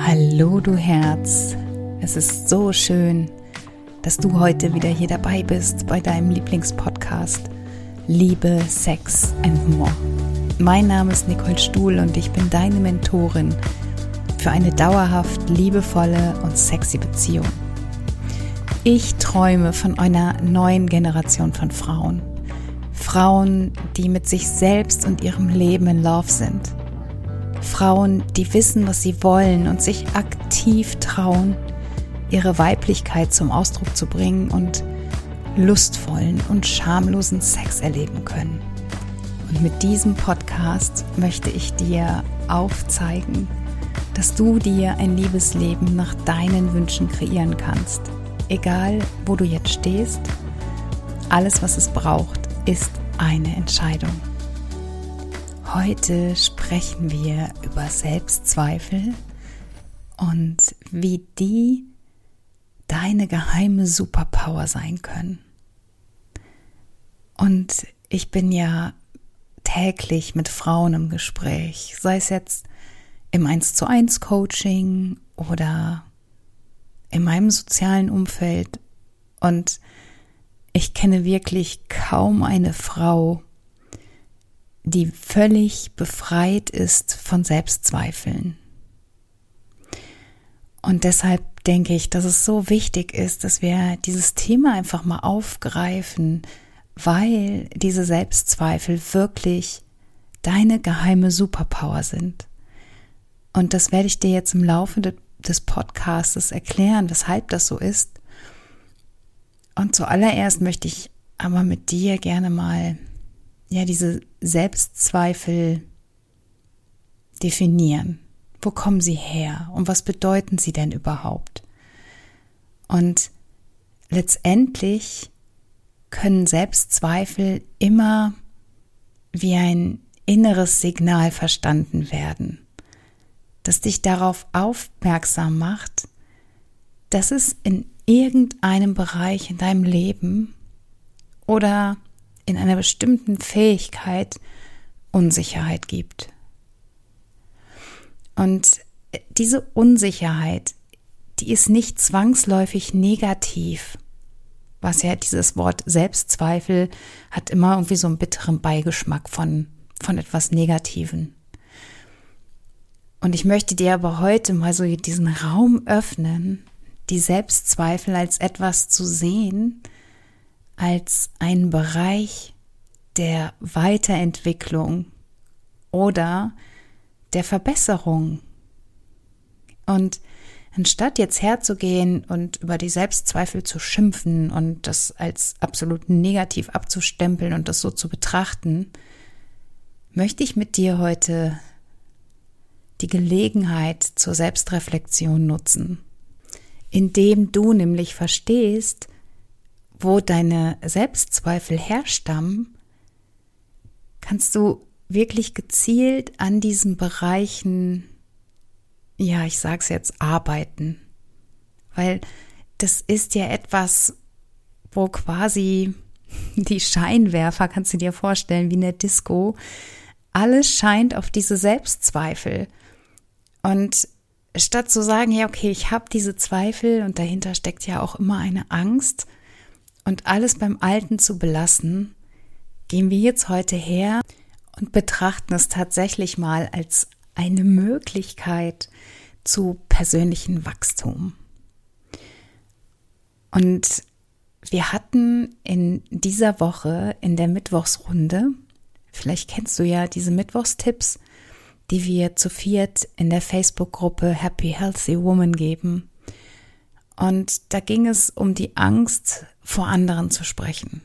Hallo du Herz, es ist so schön, dass du heute wieder hier dabei bist bei deinem Lieblingspodcast Liebe, Sex and More. Mein Name ist Nicole Stuhl und ich bin deine Mentorin für eine dauerhaft liebevolle und sexy Beziehung. Ich träume von einer neuen Generation von Frauen. Frauen, die mit sich selbst und ihrem Leben in Love sind. Frauen, die wissen, was sie wollen und sich aktiv trauen, ihre Weiblichkeit zum Ausdruck zu bringen und lustvollen und schamlosen Sex erleben können. Und mit diesem Podcast möchte ich dir aufzeigen, dass du dir ein Liebesleben nach deinen Wünschen kreieren kannst. Egal, wo du jetzt stehst, alles, was es braucht, ist eine Entscheidung. Heute sprechen wir über Selbstzweifel und wie die deine geheime Superpower sein können. Und ich bin ja täglich mit Frauen im Gespräch, sei es jetzt im 1:1 Coaching oder in meinem sozialen Umfeld. Und ich kenne wirklich kaum eine Frau, die völlig befreit ist von Selbstzweifeln. Und deshalb denke ich, dass es so wichtig ist, dass wir dieses Thema einfach mal aufgreifen, weil diese Selbstzweifel wirklich deine geheime Superpower sind. Und das werde ich dir jetzt im Laufe des Podcasts erklären, weshalb das so ist. Und zuallererst möchte ich aber mit dir gerne mal diese Selbstzweifel definieren. Wo kommen sie her und was bedeuten sie denn überhaupt? Und letztendlich können Selbstzweifel immer wie ein inneres Signal verstanden werden, das dich darauf aufmerksam macht, dass es in irgendeinem Bereich in deinem Leben oder in einer bestimmten Fähigkeit Unsicherheit gibt. Und diese Unsicherheit, die ist nicht zwangsläufig negativ, was ja dieses Wort Selbstzweifel hat immer irgendwie so einen bitteren Beigeschmack von etwas Negativen. Und ich möchte dir aber heute mal so diesen Raum öffnen, die Selbstzweifel als etwas zu sehen, als einen Bereich der Weiterentwicklung oder der Verbesserung. Und anstatt jetzt herzugehen und über die Selbstzweifel zu schimpfen und das als absolut negativ abzustempeln und das so zu betrachten, möchte ich mit dir heute die Gelegenheit zur Selbstreflexion nutzen, indem du nämlich verstehst, wo deine Selbstzweifel herstammen, kannst du wirklich gezielt an diesen Bereichen, ich sag's jetzt, arbeiten. Weil das ist ja etwas, wo quasi die Scheinwerfer, kannst du dir vorstellen, wie in der Disco, alles scheint auf diese Selbstzweifel. Und statt zu sagen, okay, ich habe diese Zweifel und dahinter steckt ja auch immer eine Angst, und alles beim Alten zu belassen, gehen wir jetzt heute her und betrachten es tatsächlich mal als eine Möglichkeit zu persönlichem Wachstum. Und wir hatten in dieser Woche in der Mittwochsrunde, vielleicht kennst du ja diese Mittwochstipps, die wir zu viert in der Facebook-Gruppe Happy Healthy Woman geben. Und da ging es um die Angst, vor anderen zu sprechen.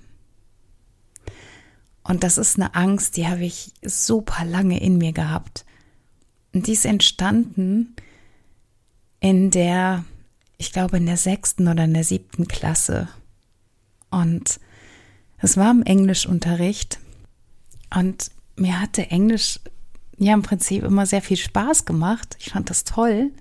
Und das ist eine Angst, die habe ich super lange in mir gehabt. Und die ist entstanden in der 6. oder in der 7. Klasse. Und es war im Englischunterricht. Und mir hatte Englisch im Prinzip immer sehr viel Spaß gemacht. Ich fand das toll.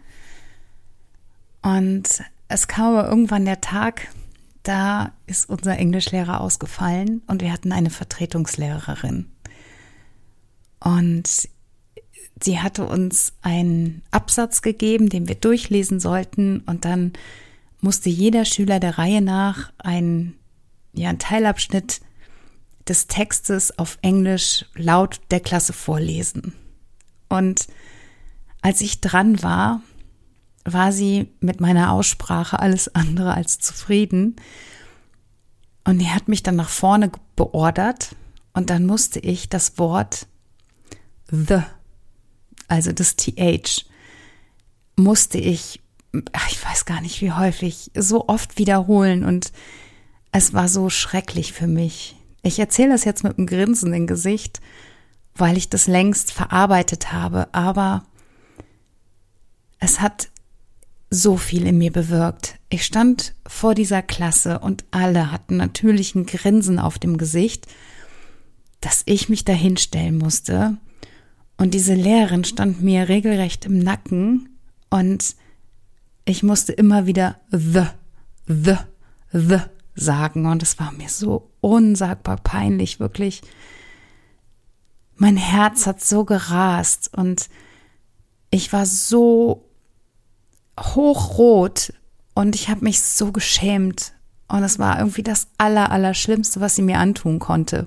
Und es kam aber irgendwann der Tag, da ist unser Englischlehrer ausgefallen und wir hatten eine Vertretungslehrerin. Und sie hatte uns einen Absatz gegeben, den wir durchlesen sollten, und dann musste jeder Schüler der Reihe nach einen Teilabschnitt des Textes auf Englisch laut der Klasse vorlesen. Und als ich dran war, war sie mit meiner Aussprache alles andere als zufrieden. Und die hat mich dann nach vorne beordert und dann musste ich das Wort the, also das TH, musste ich weiß gar nicht wie häufig, so oft wiederholen und es war so schrecklich für mich. Ich erzähle das jetzt mit einem Grinsen im Gesicht, weil ich das längst verarbeitet habe, aber es hat so viel in mir bewirkt. Ich stand vor dieser Klasse und alle hatten natürlich ein Grinsen auf dem Gesicht, dass ich mich da hinstellen musste. Und diese Lehrerin stand mir regelrecht im Nacken und ich musste immer wieder the sagen. Und es war mir so unsagbar peinlich, wirklich. Mein Herz hat so gerast und ich war so hochrot und ich habe mich so geschämt und es war irgendwie das Allerschlimmste, was sie mir antun konnte.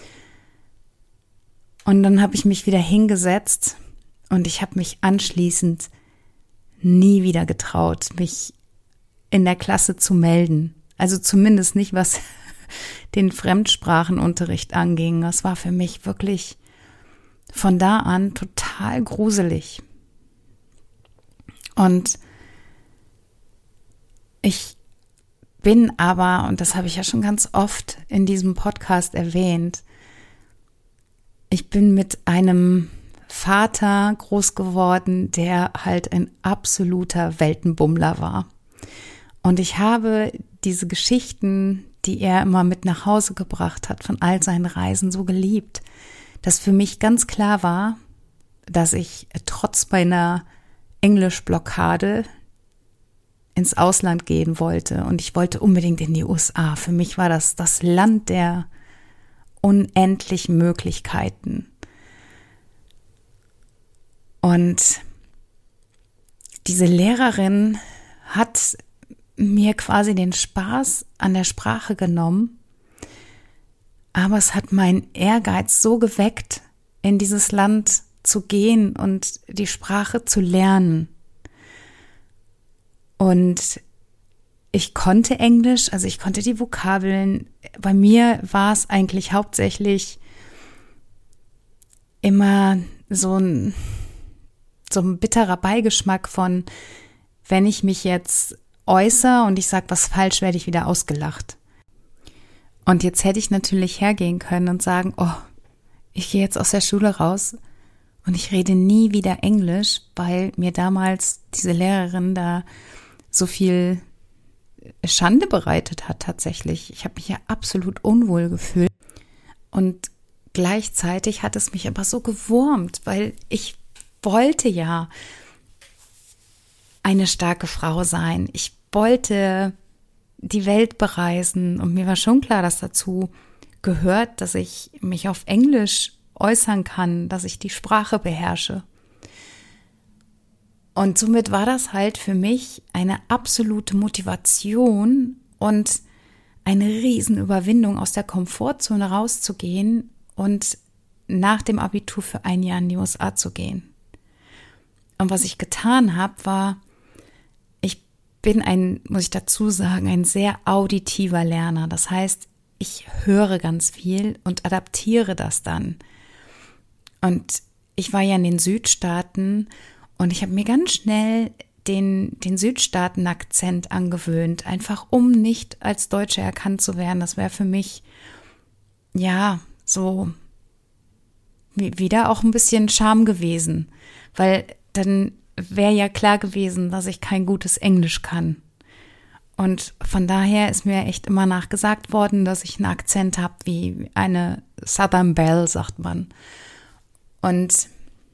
Und dann habe ich mich wieder hingesetzt und ich habe mich anschließend nie wieder getraut, mich in der Klasse zu melden. Also zumindest nicht, was den Fremdsprachenunterricht anging. Das war für mich wirklich von da an total gruselig. Und ich bin aber, und das habe ich ja schon ganz oft in diesem Podcast erwähnt, ich bin mit einem Vater groß geworden, der halt ein absoluter Weltenbummler war. Und ich habe diese Geschichten, die er immer mit nach Hause gebracht hat von all seinen Reisen, so geliebt, dass für mich ganz klar war, dass ich trotz meiner Englischblockade ins Ausland gehen wollte und ich wollte unbedingt in die USA. Für mich war das das Land der unendlichen Möglichkeiten. Und diese Lehrerin hat mir quasi den Spaß an der Sprache genommen, aber es hat meinen Ehrgeiz so geweckt, in dieses Land zu gehen und die Sprache zu lernen. Und ich konnte Englisch, also ich konnte die Vokabeln. Bei mir war es eigentlich hauptsächlich immer so ein bitterer Beigeschmack von, wenn ich mich jetzt äußere und ich sage was falsch, werde ich wieder ausgelacht. Und jetzt hätte ich natürlich hergehen können und sagen, oh, ich gehe jetzt aus der Schule raus und ich rede nie wieder Englisch, weil mir damals diese Lehrerin da so viel Schande bereitet hat tatsächlich. Ich habe mich ja absolut unwohl gefühlt und gleichzeitig hat es mich aber so gewurmt, weil ich wollte ja eine starke Frau sein. Ich wollte die Welt bereisen und mir war schon klar, dass dazu gehört, dass ich mich auf Englisch äußern kann, dass ich die Sprache beherrsche. Und somit war das halt für mich eine absolute Motivation und eine Riesenüberwindung, aus der Komfortzone rauszugehen und nach dem Abitur für ein Jahr in die USA zu gehen. Und was ich getan habe, war, ich bin muss ich dazu sagen, ein sehr auditiver Lerner. Das heißt, ich höre ganz viel und adaptiere das dann. Und ich war ja in den Südstaaten und ich habe mir ganz schnell den Südstaaten-Akzent angewöhnt, einfach um nicht als Deutsche erkannt zu werden. Das wäre für mich, ja, so wieder auch ein bisschen Scham gewesen, weil dann wäre ja klar gewesen, dass ich kein gutes Englisch kann. Und von daher ist mir echt immer nachgesagt worden, dass ich einen Akzent habe wie eine Southern Belle, sagt man. Und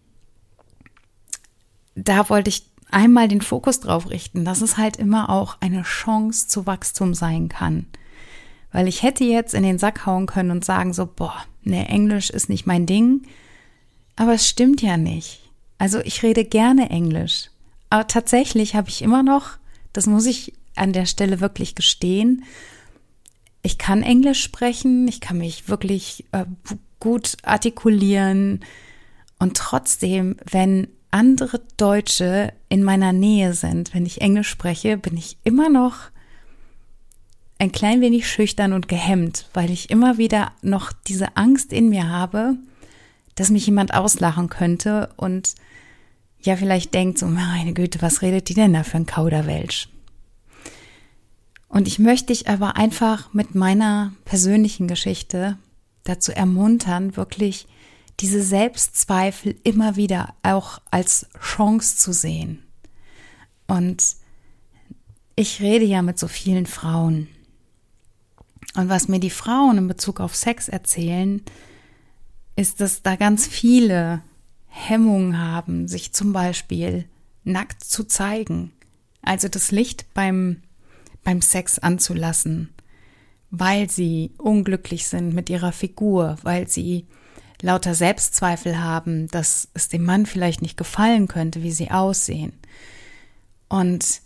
da wollte ich einmal den Fokus drauf richten, dass es halt immer auch eine Chance zu Wachstum sein kann. Weil ich hätte jetzt in den Sack hauen können und sagen so, boah, ne, Englisch ist nicht mein Ding. Aber es stimmt ja nicht. Also ich rede gerne Englisch. Aber tatsächlich habe ich immer noch, das muss ich an der Stelle wirklich gestehen, ich kann Englisch sprechen, ich kann mich wirklich gut artikulieren und trotzdem, wenn andere Deutsche in meiner Nähe sind, wenn ich Englisch spreche, bin ich immer noch ein klein wenig schüchtern und gehemmt, weil ich immer wieder noch diese Angst in mir habe, dass mich jemand auslachen könnte und ja vielleicht denkt so, meine Güte, was redet die denn da für ein Kauderwelsch? Und ich möchte dich aber einfach mit meiner persönlichen Geschichte dazu ermuntern, wirklich diese Selbstzweifel immer wieder auch als Chance zu sehen. Und ich rede ja mit so vielen Frauen. Und was mir die Frauen in Bezug auf Sex erzählen, ist, dass da ganz viele Hemmungen haben, sich zum Beispiel nackt zu zeigen. Also das Licht beim Sex anzulassen, weil sie unglücklich sind mit ihrer Figur, weil sie lauter Selbstzweifel haben, dass es dem Mann vielleicht nicht gefallen könnte, wie sie aussehen. Und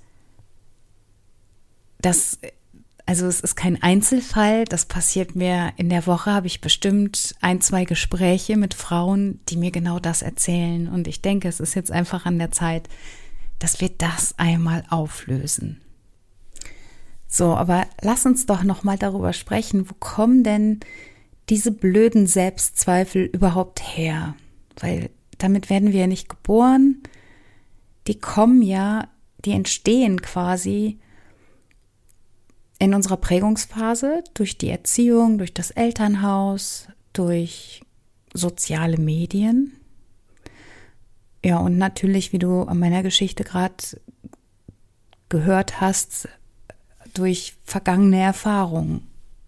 das, also es ist kein Einzelfall, das passiert mir in der Woche, habe ich bestimmt 1, 2 Gespräche mit Frauen, die mir genau das erzählen. Und ich denke, es ist jetzt einfach an der Zeit, dass wir das einmal auflösen. So, aber lass uns doch nochmal darüber sprechen, wo kommen denn diese blöden Selbstzweifel überhaupt her? Weil damit werden wir ja nicht geboren. Die entstehen quasi in unserer Prägungsphase durch die Erziehung, durch das Elternhaus, durch soziale Medien. Ja, und natürlich, wie du an meiner Geschichte gerade gehört hast, durch vergangene Erfahrungen.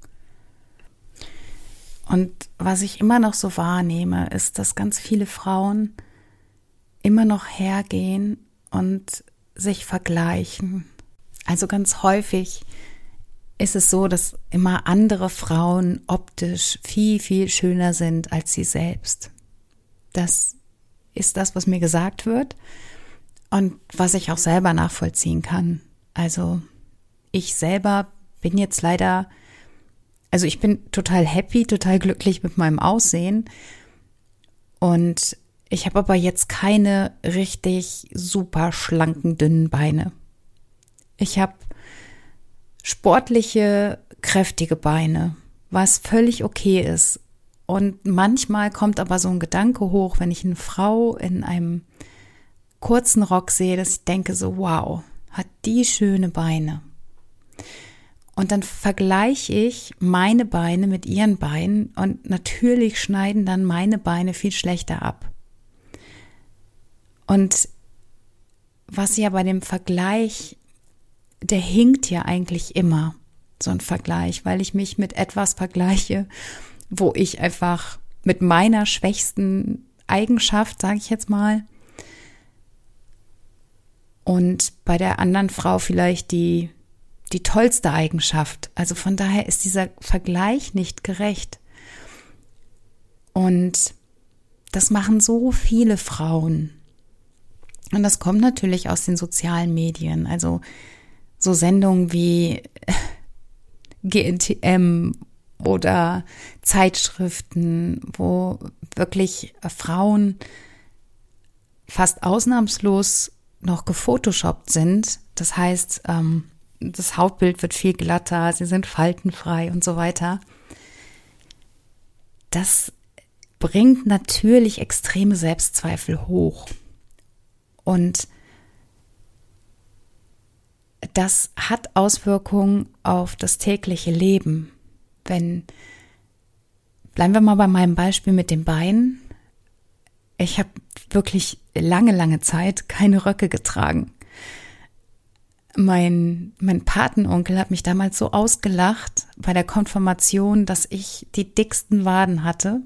Und was ich immer noch so wahrnehme, ist, dass ganz viele Frauen immer noch hergehen und sich vergleichen. Also ganz häufig ist es so, dass immer andere Frauen optisch viel, viel schöner sind als sie selbst. Das ist das, was mir gesagt wird und was ich auch selber nachvollziehen kann. Also ich selber bin jetzt leider, also ich bin total happy, total glücklich mit meinem Aussehen und ich habe aber jetzt keine richtig super schlanken, dünnen Beine. Ich habe sportliche, kräftige Beine, was völlig okay ist. Und manchmal kommt aber so ein Gedanke hoch, wenn ich eine Frau in einem kurzen Rock sehe, dass ich denke so, wow, hat die schöne Beine. Und dann vergleiche ich meine Beine mit ihren Beinen und natürlich schneiden dann meine Beine viel schlechter ab. Und was ja bei dem Vergleich, der hinkt ja eigentlich immer, so ein Vergleich, weil ich mich mit etwas vergleiche, wo ich einfach mit meiner schwächsten Eigenschaft, sage ich jetzt mal, und bei der anderen Frau vielleicht die tollste Eigenschaft. Also von daher ist dieser Vergleich nicht gerecht. Und das machen so viele Frauen. Und das kommt natürlich aus den sozialen Medien. Also so Sendungen wie GNTM oder Zeitschriften, wo wirklich Frauen fast ausnahmslos noch gefotoshoppt sind. Das heißt, das Hautbild wird viel glatter, sie sind faltenfrei und so weiter. Das bringt natürlich extreme Selbstzweifel hoch. Und das hat Auswirkungen auf das tägliche Leben. Bleiben wir mal bei meinem Beispiel mit den Beinen. Ich habe wirklich lange Zeit keine Röcke getragen. Mein Patenonkel hat mich damals so ausgelacht bei der Konfirmation, dass ich die dicksten Waden hatte,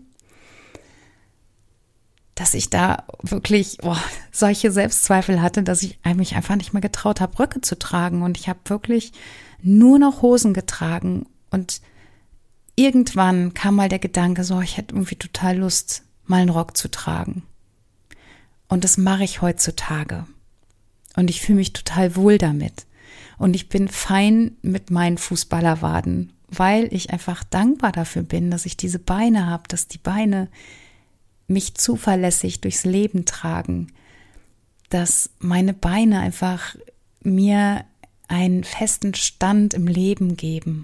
dass ich da wirklich solche Selbstzweifel hatte, dass ich mich einfach nicht mehr getraut habe, Röcke zu tragen. Und ich habe wirklich nur noch Hosen getragen. Und irgendwann kam mal der Gedanke, ich hätte irgendwie total Lust, mal einen Rock zu tragen. Und das mache ich heutzutage. Und ich fühle mich total wohl damit. Und ich bin fein mit meinen Fußballerwaden, weil ich einfach dankbar dafür bin, dass ich diese Beine habe, dass die Beine mich zuverlässig durchs Leben tragen, dass meine Beine einfach mir einen festen Stand im Leben geben.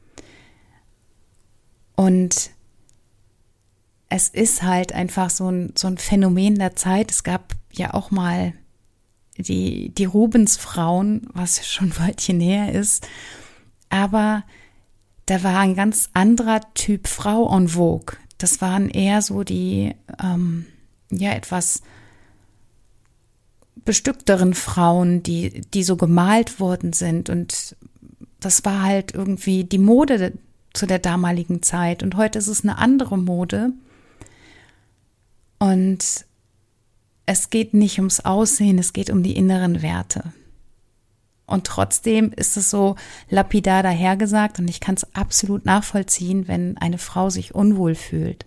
Und es ist halt einfach so ein Phänomen der Zeit. Es gab ja auch mal die Rubens-Frauen, was schon ein Weilchen her ist. Aber da war ein ganz anderer Typ Frau en vogue. Das waren eher so die etwas bestückteren Frauen, die so gemalt worden sind. Und das war halt irgendwie die Mode zu der damaligen Zeit. Und heute ist es eine andere Mode. Und es geht nicht ums Aussehen, es geht um die inneren Werte. Und trotzdem ist es so lapidar dahergesagt und ich kann es absolut nachvollziehen, wenn eine Frau sich unwohl fühlt.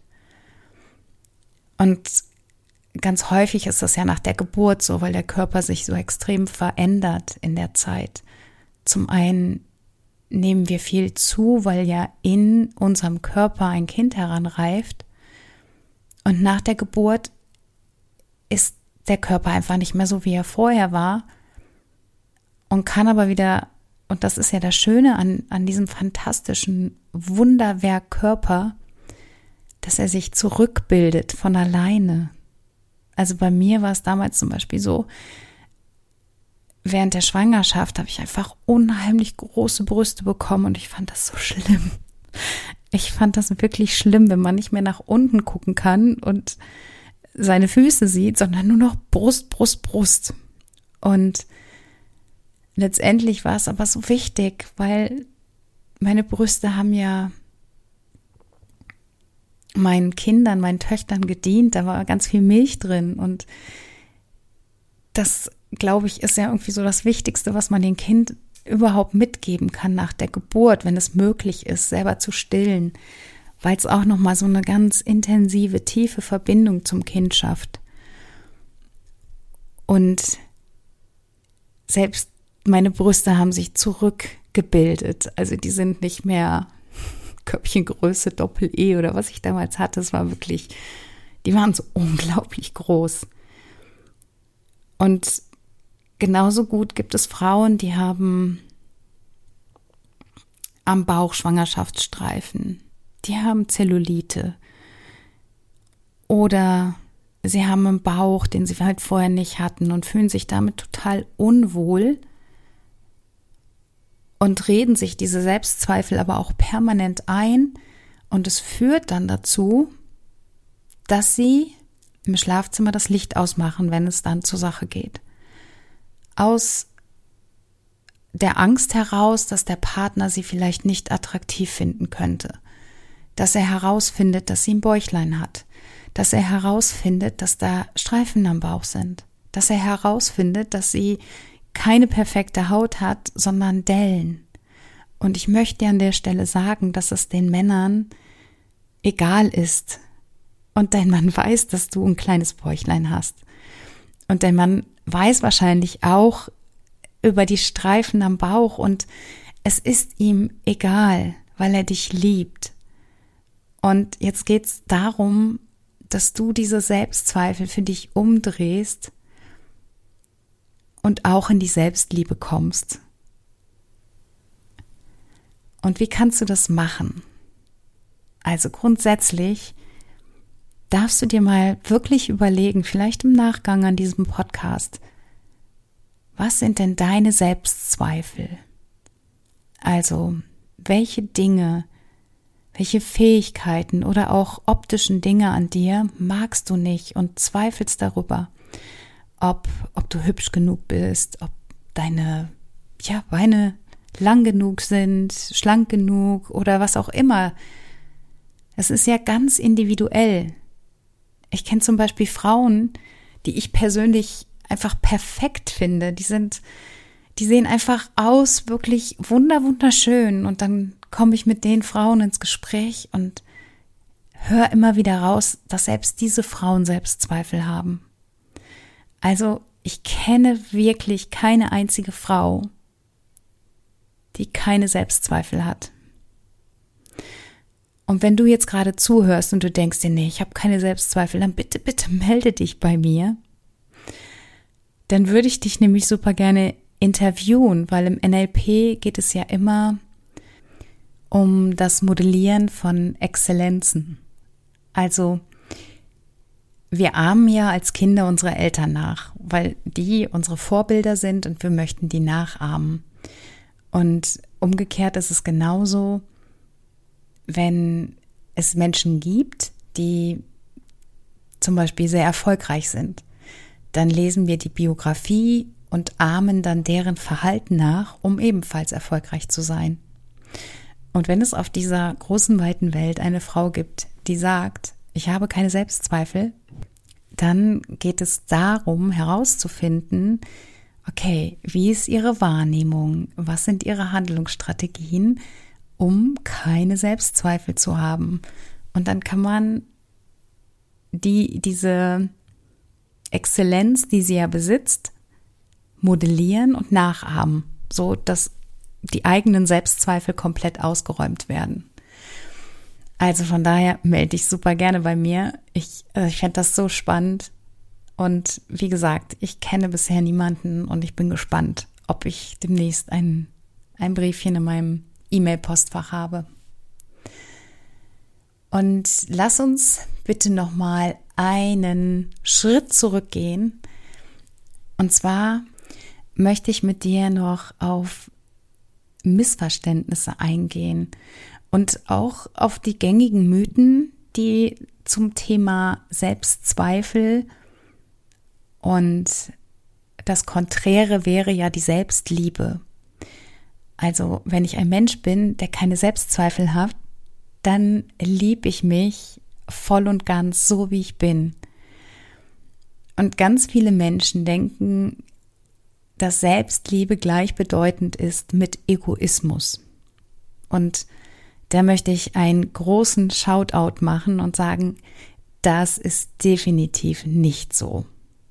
Und ganz häufig ist das ja nach der Geburt so, weil der Körper sich so extrem verändert in der Zeit. Zum einen nehmen wir viel zu, weil ja in unserem Körper ein Kind heranreift. Und nach der Geburt ist der Körper einfach nicht mehr so, wie er vorher war und kann aber wieder, und das ist ja das Schöne an diesem fantastischen Wunderwerk Körper, dass er sich zurückbildet von alleine. Also bei mir war es damals zum Beispiel so, während der Schwangerschaft habe ich einfach unheimlich große Brüste bekommen und ich fand das so schlimm. Ich fand das wirklich schlimm, wenn man nicht mehr nach unten gucken kann und seine Füße sieht, sondern nur noch Brust, Brust, Brust. Und letztendlich war es aber so wichtig, weil meine Brüste haben ja meinen Kindern, meinen Töchtern gedient. Da war ganz viel Milch drin und das, glaube ich, ist ja irgendwie so das Wichtigste, was man dem Kind überhaupt mitgeben kann nach der Geburt, wenn es möglich ist, selber zu stillen, weil es auch nochmal so eine ganz intensive, tiefe Verbindung zum Kind schafft. Und selbst meine Brüste haben sich zurückgebildet. Also die sind nicht mehr Köpfchengröße Doppel-E oder was ich damals hatte. Es war wirklich, die waren so unglaublich groß. Und genauso gut gibt es Frauen, die haben am Bauch Schwangerschaftsstreifen. Die haben Zellulite. Oder sie haben einen Bauch, den sie halt vorher nicht hatten und fühlen sich damit total unwohl und reden sich diese Selbstzweifel aber auch permanent ein. Und es führt dann dazu, dass sie im Schlafzimmer das Licht ausmachen, wenn es dann zur Sache geht. Aus der Angst heraus, dass der Partner sie vielleicht nicht attraktiv finden könnte. Dass er herausfindet, dass sie ein Bäuchlein hat. Dass er herausfindet, dass da Streifen am Bauch sind. Dass er herausfindet, dass sie keine perfekte Haut hat, sondern Dellen. Und ich möchte an der Stelle sagen, dass es den Männern egal ist. Und dein Mann weiß, dass du ein kleines Bäuchlein hast. Und dein Mann weiß wahrscheinlich auch über die Streifen am Bauch und es ist ihm egal, weil er dich liebt. Und jetzt geht's darum, dass du diese Selbstzweifel für dich umdrehst und auch in die Selbstliebe kommst. Und wie kannst du das machen? Also grundsätzlich darfst du dir mal wirklich überlegen, vielleicht im Nachgang an diesem Podcast, was sind denn deine Selbstzweifel? Also, welche Dinge, welche Fähigkeiten oder auch optischen Dinge an dir magst du nicht und zweifelst darüber, ob du hübsch genug bist, ob deine Beine lang genug sind, schlank genug oder was auch immer. Es ist ja ganz individuell. Ich kenne zum Beispiel Frauen, die ich persönlich einfach perfekt finde. Die sehen einfach aus, wirklich wunderschön. Und dann komme ich mit den Frauen ins Gespräch und höre immer wieder raus, dass selbst diese Frauen Selbstzweifel haben. Also ich kenne wirklich keine einzige Frau, die keine Selbstzweifel hat. Und wenn du jetzt gerade zuhörst und du denkst dir, nee, ich habe keine Selbstzweifel, dann bitte, bitte melde dich bei mir. Dann würde ich dich nämlich super gerne interviewen, weil im NLP geht es ja immer um das Modellieren von Exzellenzen. Also wir ahmen ja als Kinder unsere Eltern nach, weil die unsere Vorbilder sind und wir möchten die nachahmen. Und umgekehrt ist es genauso, wenn es Menschen gibt, die zum Beispiel sehr erfolgreich sind, dann lesen wir die Biografie und ahmen dann deren Verhalten nach, um ebenfalls erfolgreich zu sein. Und wenn es auf dieser großen, weiten Welt eine Frau gibt, die sagt, ich habe keine Selbstzweifel, dann geht es darum, herauszufinden, okay, wie ist ihre Wahrnehmung, was sind ihre Handlungsstrategien, um keine Selbstzweifel zu haben. Und dann kann man diese Exzellenz, die sie ja besitzt, modellieren und nachahmen, so dass die eigenen Selbstzweifel komplett ausgeräumt werden. Also von daher melde dich super gerne bei mir. Ich fände das so spannend. Und wie gesagt, ich kenne bisher niemanden und ich bin gespannt, ob ich demnächst ein Briefchen in meinem E-Mail-Postfach habe. Und lass uns bitte nochmal einen Schritt zurückgehen. Und zwar möchte ich mit dir noch auf Missverständnisse eingehen und auch auf die gängigen Mythen, die zum Thema Selbstzweifel und das Konträre wäre ja die Selbstliebe. Also wenn ich ein Mensch bin, der keine Selbstzweifel hat, dann liebe ich mich voll und ganz so, wie ich bin. Und ganz viele Menschen denken, dass Selbstliebe gleichbedeutend ist mit Egoismus. Und da möchte ich einen großen Shoutout machen und sagen, das ist definitiv nicht so.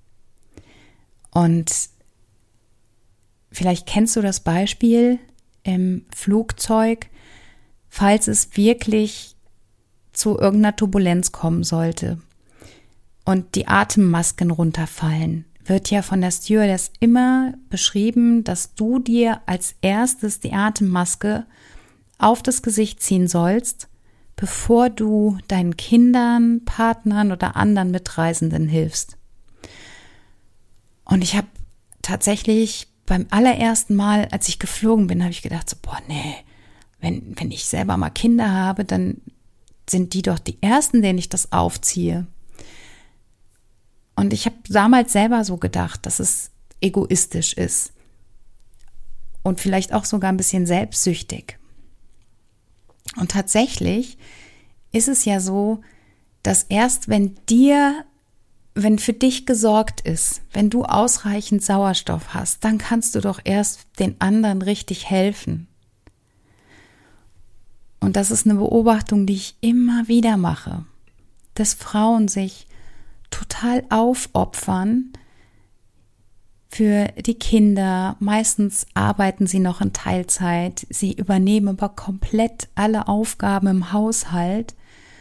Und vielleicht kennst du das Beispiel im Flugzeug, falls es wirklich zu irgendeiner Turbulenz kommen sollte und die Atemmasken runterfallen, wird ja von der Stewardess immer beschrieben, dass du dir als erstes die Atemmaske auf das Gesicht ziehen sollst, bevor du deinen Kindern, Partnern oder anderen Mitreisenden hilfst. Und ich habe tatsächlich beim allerersten Mal, als ich geflogen bin, habe ich gedacht, so, boah, nee, wenn ich selber mal Kinder habe, dann sind die doch die Ersten, denen ich das aufziehe. Und ich habe damals selber so gedacht, dass es egoistisch ist und vielleicht auch sogar ein bisschen selbstsüchtig. Und tatsächlich ist es ja so, dass erst wenn für dich gesorgt ist, wenn du ausreichend Sauerstoff hast, dann kannst du doch erst den anderen richtig helfen. Und das ist eine Beobachtung, die ich immer wieder mache, dass Frauen sich total aufopfern für die Kinder. Meistens arbeiten sie noch in Teilzeit. Sie übernehmen aber komplett alle Aufgaben im Haushalt.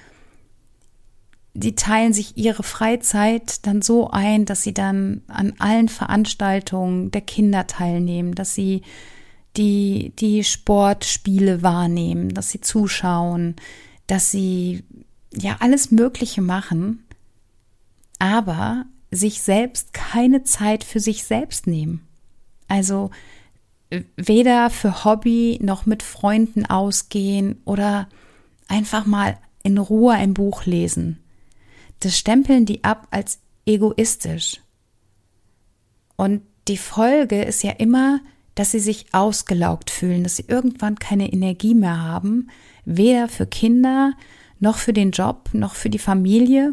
Die teilen sich ihre Freizeit dann so ein, dass sie dann an allen Veranstaltungen der Kinder teilnehmen, dass sie die Sportspiele wahrnehmen, dass sie zuschauen, dass sie ja alles Mögliche machen, aber sich selbst keine Zeit für sich selbst nehmen. Also weder für Hobby noch mit Freunden ausgehen oder einfach mal in Ruhe ein Buch lesen. Das stempeln die ab als egoistisch. Und die Folge ist ja immer, dass sie sich ausgelaugt fühlen, dass sie irgendwann keine Energie mehr haben, weder für Kinder, noch für den Job, noch für die Familie.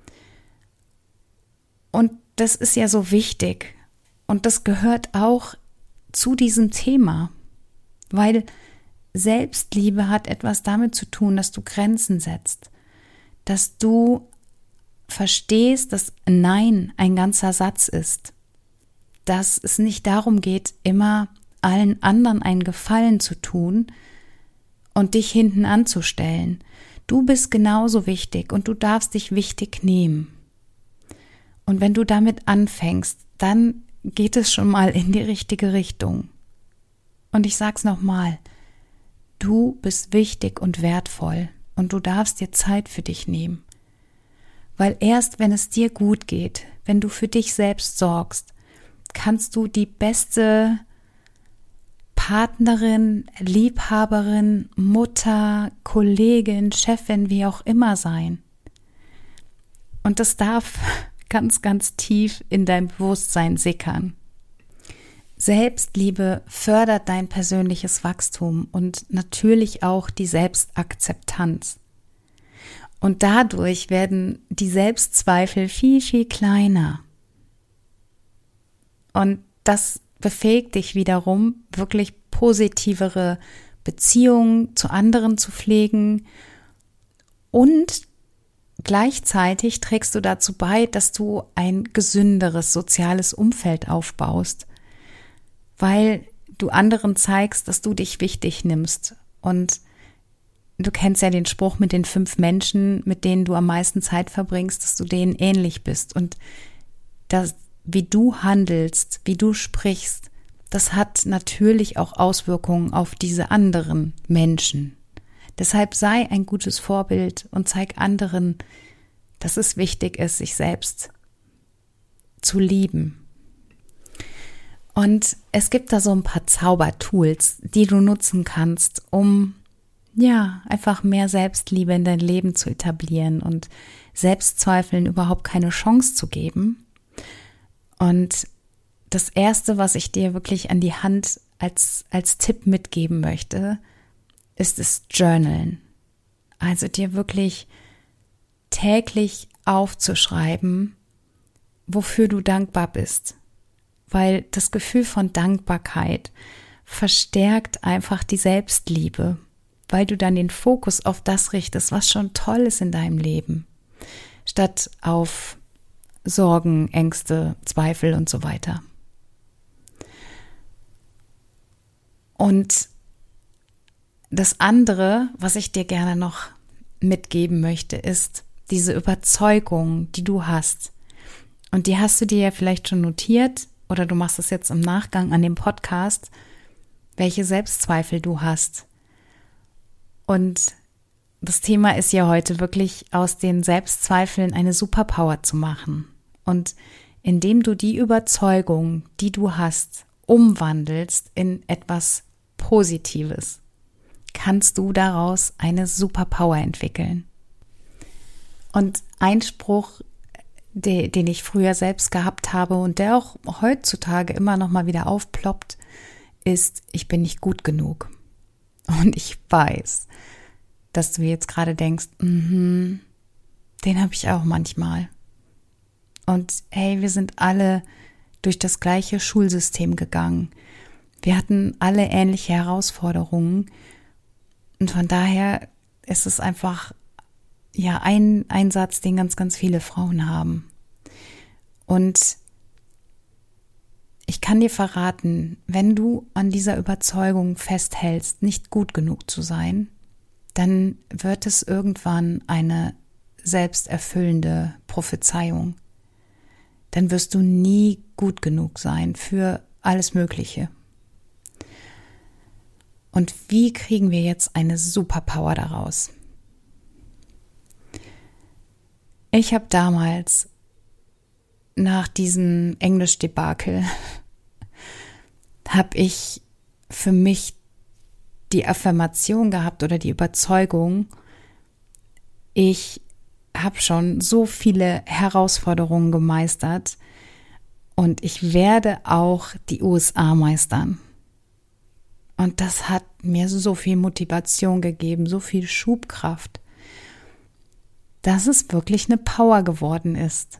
Und das ist ja so wichtig. Und das gehört auch zu diesem Thema, weil Selbstliebe hat etwas damit zu tun, dass du Grenzen setzt, dass du verstehst, dass Nein ein ganzer Satz ist, dass es nicht darum geht, immer allen anderen einen Gefallen zu tun und dich hinten anzustellen. Du bist genauso wichtig und du darfst dich wichtig nehmen. Und wenn du damit anfängst, dann geht es schon mal in die richtige Richtung. Und ich sag's nochmal, du bist wichtig und wertvoll und du darfst dir Zeit für dich nehmen. Weil erst wenn es dir gut geht, wenn du für dich selbst sorgst, kannst du die beste Partnerin, Liebhaberin, Mutter, Kollegin, Chefin, wie auch immer sein. Und das darf ganz, ganz tief in dein Bewusstsein sickern. Selbstliebe fördert dein persönliches Wachstum und natürlich auch die Selbstakzeptanz. Und dadurch werden die Selbstzweifel viel, viel kleiner. Und das befähigt dich wiederum, wirklich positivere Beziehungen zu anderen zu pflegen. Und gleichzeitig trägst du dazu bei, dass du ein gesünderes soziales Umfeld aufbaust, weil du anderen zeigst, dass du dich wichtig nimmst. Und du kennst ja den Spruch mit den 5 Menschen, mit denen du am meisten Zeit verbringst, dass du denen ähnlich bist. Und das, wie du handelst, wie du sprichst, das hat natürlich auch Auswirkungen auf diese anderen Menschen. Deshalb sei ein gutes Vorbild und zeig anderen, dass es wichtig ist, sich selbst zu lieben. Und es gibt da so ein paar Zaubertools, die du nutzen kannst, um einfach mehr Selbstliebe in dein Leben zu etablieren und Selbstzweifeln überhaupt keine Chance zu geben. Und das Erste, was ich dir wirklich an die Hand als Tipp mitgeben möchte, ist das Journalen. Also dir wirklich täglich aufzuschreiben, wofür du dankbar bist. Weil das Gefühl von Dankbarkeit verstärkt einfach die Selbstliebe, weil du dann den Fokus auf das richtest, was schon toll ist in deinem Leben, statt auf Sorgen, Ängste, Zweifel und so weiter. Und das andere, was ich dir gerne noch mitgeben möchte, ist diese Überzeugung, die du hast. Und die hast du dir ja vielleicht schon notiert oder du machst es jetzt im Nachgang an dem Podcast, welche Selbstzweifel du hast. Und das Thema ist ja heute wirklich, aus den Selbstzweifeln eine Superpower zu machen. Und indem du die Überzeugung, die du hast, umwandelst in etwas Positives, kannst du daraus eine Superpower entwickeln. Und ein Spruch, den ich früher selbst gehabt habe und der auch heutzutage immer noch mal wieder aufploppt, ist: Ich bin nicht gut genug. Und ich weiß, dass du jetzt gerade denkst, den habe ich auch manchmal. Und hey, wir sind alle durch das gleiche Schulsystem gegangen. Wir hatten alle ähnliche Herausforderungen. Und von daher ist es einfach ein Satz, den ganz, ganz viele Frauen haben. Und ich kann dir verraten, wenn du an dieser Überzeugung festhältst, nicht gut genug zu sein, dann wird es irgendwann eine selbsterfüllende Prophezeiung. Dann wirst du nie gut genug sein für alles Mögliche. Und wie kriegen wir jetzt eine Superpower daraus? Ich habe damals nach diesem Englisch-Debakel habe ich für mich die Affirmation gehabt oder die Überzeugung, ich habe schon so viele Herausforderungen gemeistert und ich werde auch die USA meistern. Und das hat mir so viel Motivation gegeben, so viel Schubkraft, dass es wirklich eine Power geworden ist.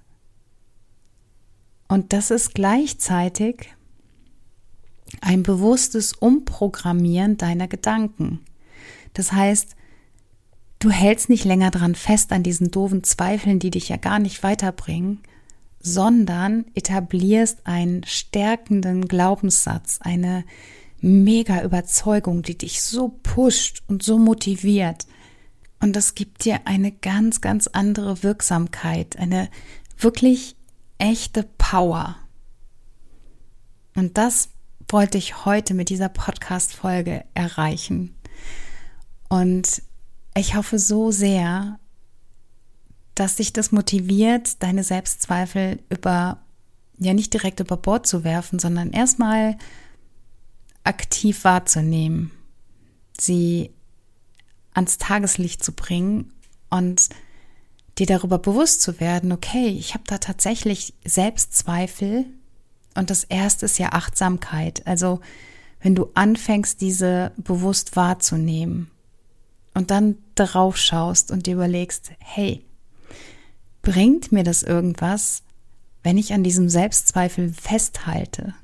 Und das ist gleichzeitig ein bewusstes Umprogrammieren deiner Gedanken. Das heißt, Du hältst nicht länger dran fest an diesen doofen Zweifeln, die dich ja gar nicht weiterbringen, sondern etablierst einen stärkenden Glaubenssatz, eine mega Überzeugung, die dich so pusht und so motiviert. Und das gibt dir eine ganz, ganz andere Wirksamkeit, eine wirklich echte Power. Und das wollte ich heute mit dieser Podcast-Folge erreichen. Und ich hoffe so sehr, dass dich das motiviert, deine Selbstzweifel nicht direkt über Bord zu werfen, sondern erstmal aktiv wahrzunehmen, sie ans Tageslicht zu bringen und dir darüber bewusst zu werden, okay, ich habe da tatsächlich Selbstzweifel und das erste ist ja Achtsamkeit. Also wenn du anfängst, diese bewusst wahrzunehmen und dann darauf schaust und dir überlegst, hey, bringt mir das irgendwas, wenn ich an diesem Selbstzweifel festhalte?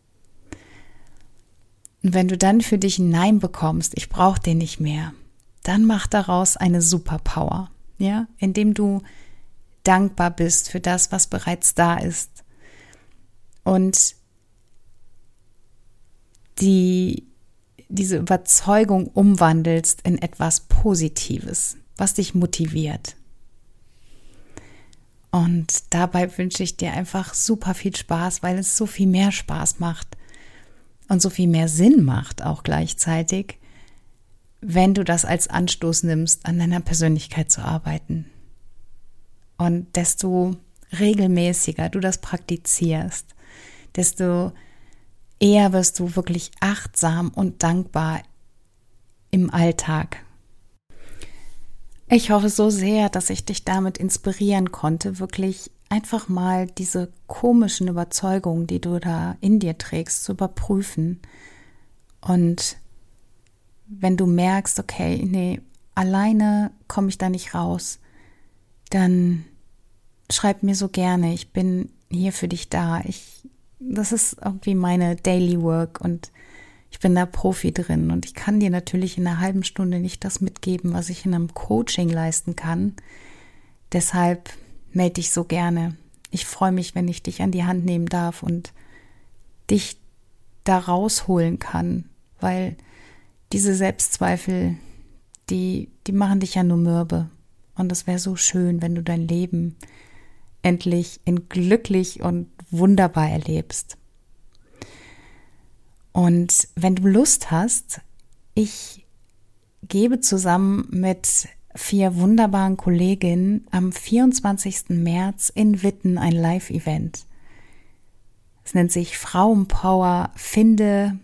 Und wenn du dann für dich ein Nein bekommst, ich brauche den nicht mehr, dann mach daraus eine Superpower, ja, indem du dankbar bist für das, was bereits da ist und diese Überzeugung umwandelst in etwas Positives, was dich motiviert. Und dabei wünsche ich dir einfach super viel Spaß, weil es so viel mehr Spaß macht und so viel mehr Sinn macht auch gleichzeitig, wenn du das als Anstoß nimmst, an deiner Persönlichkeit zu arbeiten. Und desto regelmäßiger du das praktizierst, desto eher wirst du wirklich achtsam und dankbar im Alltag. Ich hoffe so sehr, dass ich dich damit inspirieren konnte, wirklich einfach mal diese komischen Überzeugungen, die du da in dir trägst, zu überprüfen. Und wenn du merkst, okay, nee, alleine komme ich da nicht raus, dann schreib mir so gerne, ich bin hier für dich da. Das ist irgendwie meine Daily Work und ich bin da Profi drin und ich kann dir natürlich in einer halben Stunde nicht das mitgeben, was ich in einem Coaching leisten kann. Deshalb melde dich so gerne. Ich freue mich, wenn ich dich an die Hand nehmen darf und dich da rausholen kann, weil diese Selbstzweifel, die machen dich ja nur mürbe. Und es wäre so schön, wenn du dein Leben endlich glücklich und wunderbar erlebst. Und wenn du Lust hast, ich gebe zusammen mit 4 wunderbaren Kolleginnen am 24. März in Witten ein Live-Event. Es nennt sich Frauenpower, finde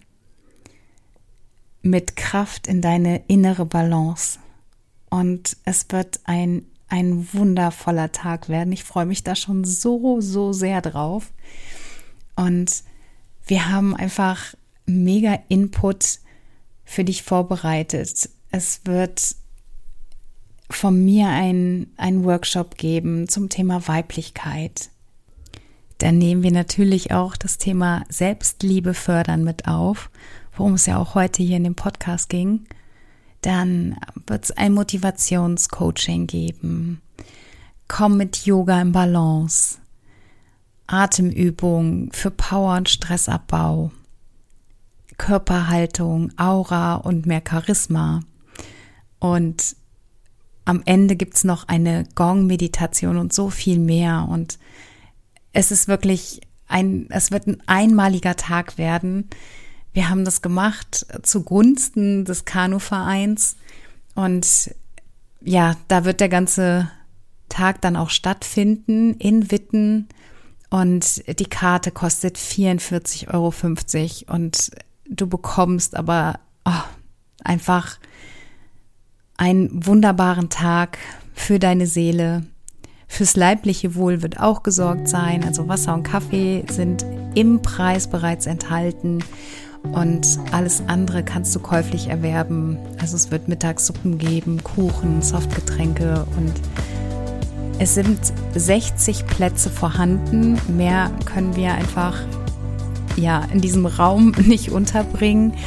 mit Kraft in deine innere Balance. Und es wird ein wundervoller Tag werden. Ich freue mich da schon so sehr drauf. Und wir haben einfach mega Input für dich vorbereitet. Es wird von mir ein Workshop geben zum Thema Weiblichkeit. Dann nehmen wir natürlich auch das Thema Selbstliebe fördern mit auf, worum es ja auch heute hier in dem Podcast ging. Dann wird es ein Motivationscoaching geben. Komm mit Yoga in Balance. Atemübungen für Power und Stressabbau. Körperhaltung, Aura und mehr Charisma. Und am Ende gibt es noch eine Gong-Meditation und so viel mehr. Und es ist wirklich es wird ein einmaliger Tag werden. Wir haben das gemacht zugunsten des Kanuvereins. Und ja, da wird der ganze Tag dann auch stattfinden in Witten. Und die Karte kostet 44,50 € und du bekommst aber einfach einen wunderbaren Tag für deine Seele. Fürs leibliche Wohl wird auch gesorgt sein. Also Wasser und Kaffee sind im Preis bereits enthalten und alles andere kannst du käuflich erwerben. Also es wird Mittagssuppen geben, Kuchen, Softgetränke und es sind 60 Plätze vorhanden. Mehr können wir einfach in diesem Raum nicht unterbringen.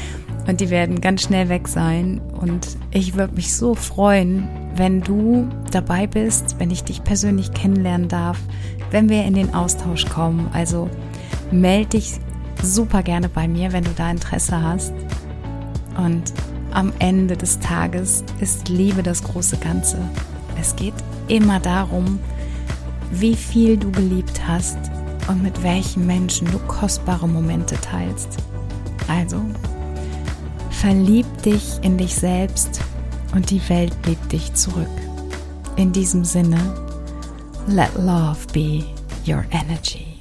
und die werden ganz schnell weg sein. Und ich würde mich so freuen, wenn du dabei bist, wenn ich dich persönlich kennenlernen darf, wenn wir in den Austausch kommen. Also melde dich super gerne bei mir, wenn du da Interesse hast. Und am Ende des Tages ist Liebe das große Ganze. Es geht immer darum, wie viel du geliebt hast und mit welchen Menschen du kostbare Momente teilst. Also, verlieb dich in dich selbst und die Welt liebt dich zurück. In diesem Sinne, let love be your energy.